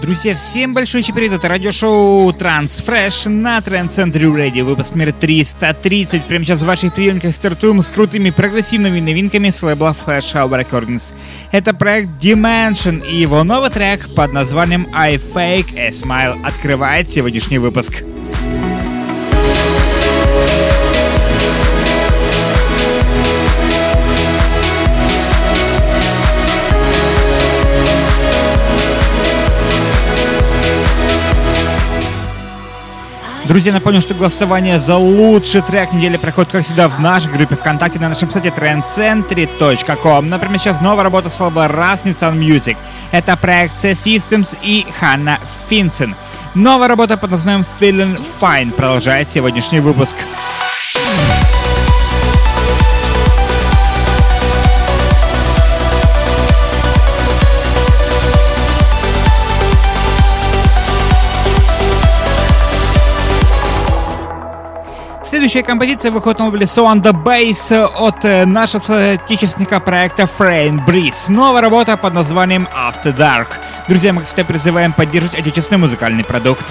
Друзья, всем большой привет, это радиошоу Transfresh на Trend Century Radio, выпуск номер 330. Прямо сейчас в ваших приемниках стартуем с крутыми прогрессивными новинками с лейбла Flash Hour Recordings. Это проект Dimension и его новый трек под названием I Fake a Smile открывает сегодняшний выпуск. Друзья, напомню, что голосование за лучший трек недели проходит, как всегда, в нашей группе ВКонтакте на нашем сайте trendcentry.com. Например, сейчас новая работа с лейбла Rasmussen Music. Это проект C Systems и Ханна Финсен. Новая работа под названием Feeling Fine продолжает сегодняшний выпуск. Следующая композиция выходит на лейбле So on the Bass от нашего соотечественника проекта Frame Breeze. Новая работа под названием After Dark. Друзья, мы, кстати, призываем поддерживать отечественный музыкальный продукт.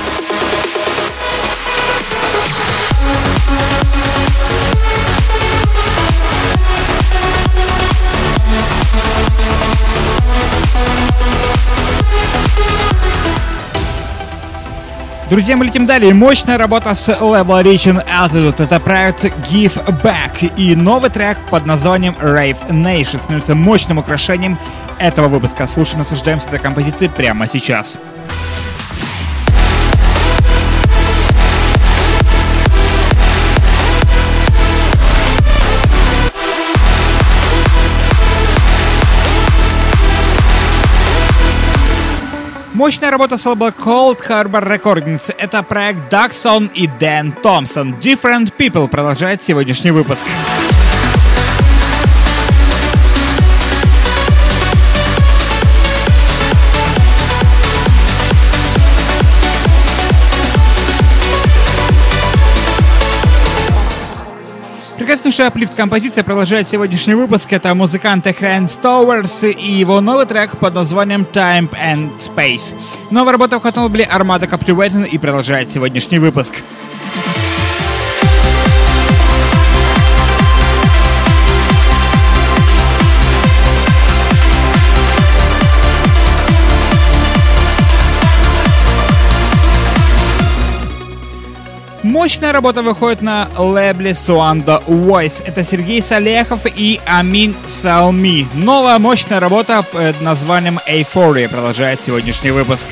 Друзья, мы летим далее. Мощная работа с лейбла Reaching Altitude. Это проект Give Back. И новый трек под названием Rave Nation становится мощным украшением этого выпуска. Слушаем, наслаждаемся этой композицией прямо сейчас. Мощная работа с лейбла Cold Harbor Recordings. Это проект Даксон и Дэн Томпсон. Different People продолжает сегодняшний выпуск. Прекраснейшая аплифт-композиция продолжает сегодняшний выпуск. Это музыкант Хрен Стоварс и его новый трек под названием Time and Space. Новая работа входит на лейбле Armada Captivating и продолжает сегодняшний выпуск. Мощная работа выходит на лейбле Suanda Voice. Это Сергей Салехов и Амин Салми. Новая мощная работа под названием Euphoria продолжает сегодняшний выпуск.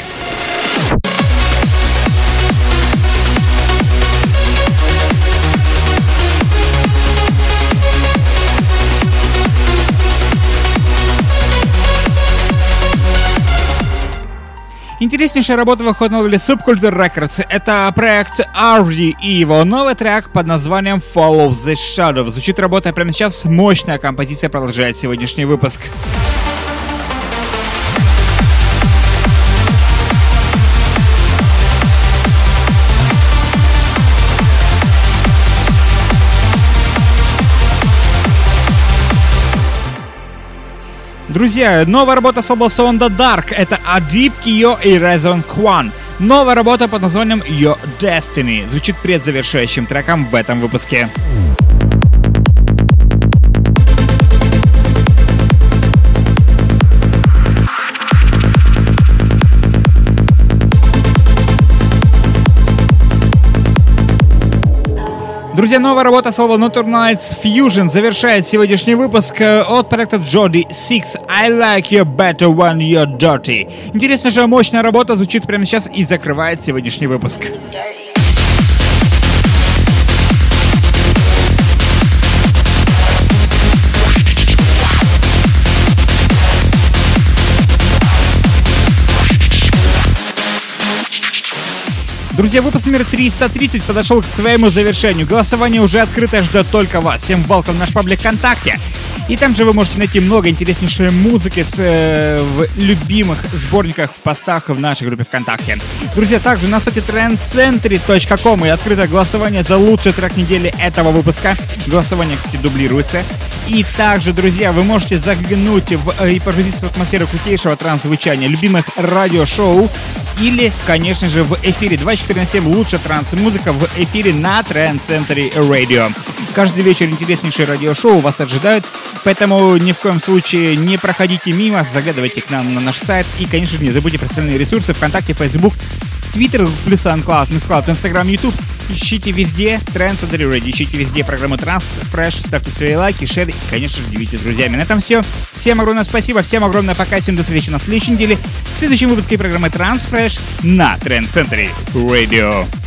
Интереснейшая работа выходит на лейбле Subculture Records. Это проект Ardy и его новый трек под названием Follow the Shadow. Звучит работа прямо сейчас. Мощная композиция продолжает сегодняшний выпуск. Друзья, новая работа с лейбла So on the Dark. Это Adib Kyo и Rezon Kwan. Новая работа под названием Your Destiny. Звучит предзавершающим треком в этом выпуске. Друзья, новая работа с лейбла Nocturne Nights Fusion завершает сегодняшний выпуск от проекта Jody Six. I like you better when you're dirty. Интересная же мощная работа звучит прямо сейчас и закрывает сегодняшний выпуск. Друзья, выпуск номер 330 подошел к своему завершению. Голосование уже открыто, ждет только вас. Всем welcome в наш паблик ВКонтакте. И там же вы можете найти много интереснейшей музыки в любимых сборниках в постах в нашей группе ВКонтакте. Друзья, также на сайте trendcentry.com и открыто голосование за лучший трек недели этого выпуска. Голосование, кстати, дублируется. И также, друзья, вы можете заглянуть и погрузиться в атмосферу крутейшего транс-звучания любимых радиошоу или, конечно же, в эфире 24/7 лучшая транс-музыка в эфире на Trend Century Radio. Каждый вечер интереснейшие радиошоу вас ожидают, поэтому ни в коем случае не проходите мимо, заглядывайте к нам на наш сайт и, конечно же, не забудьте про социальные ресурсы ВКонтакте, Facebook, Twitter, плюс SoundCloud, Mixcloud, Instagram, YouTube. Ищите везде Trend Century Radio, ищите везде программу Transfresh, ставьте свои лайки, шеры и, конечно же, делитесь с друзьями. На этом все. Всем огромное спасибо, всем огромное пока, всем до встречи на следующей неделе в следующем выпуске программы Transfresh на Trend Century Radio.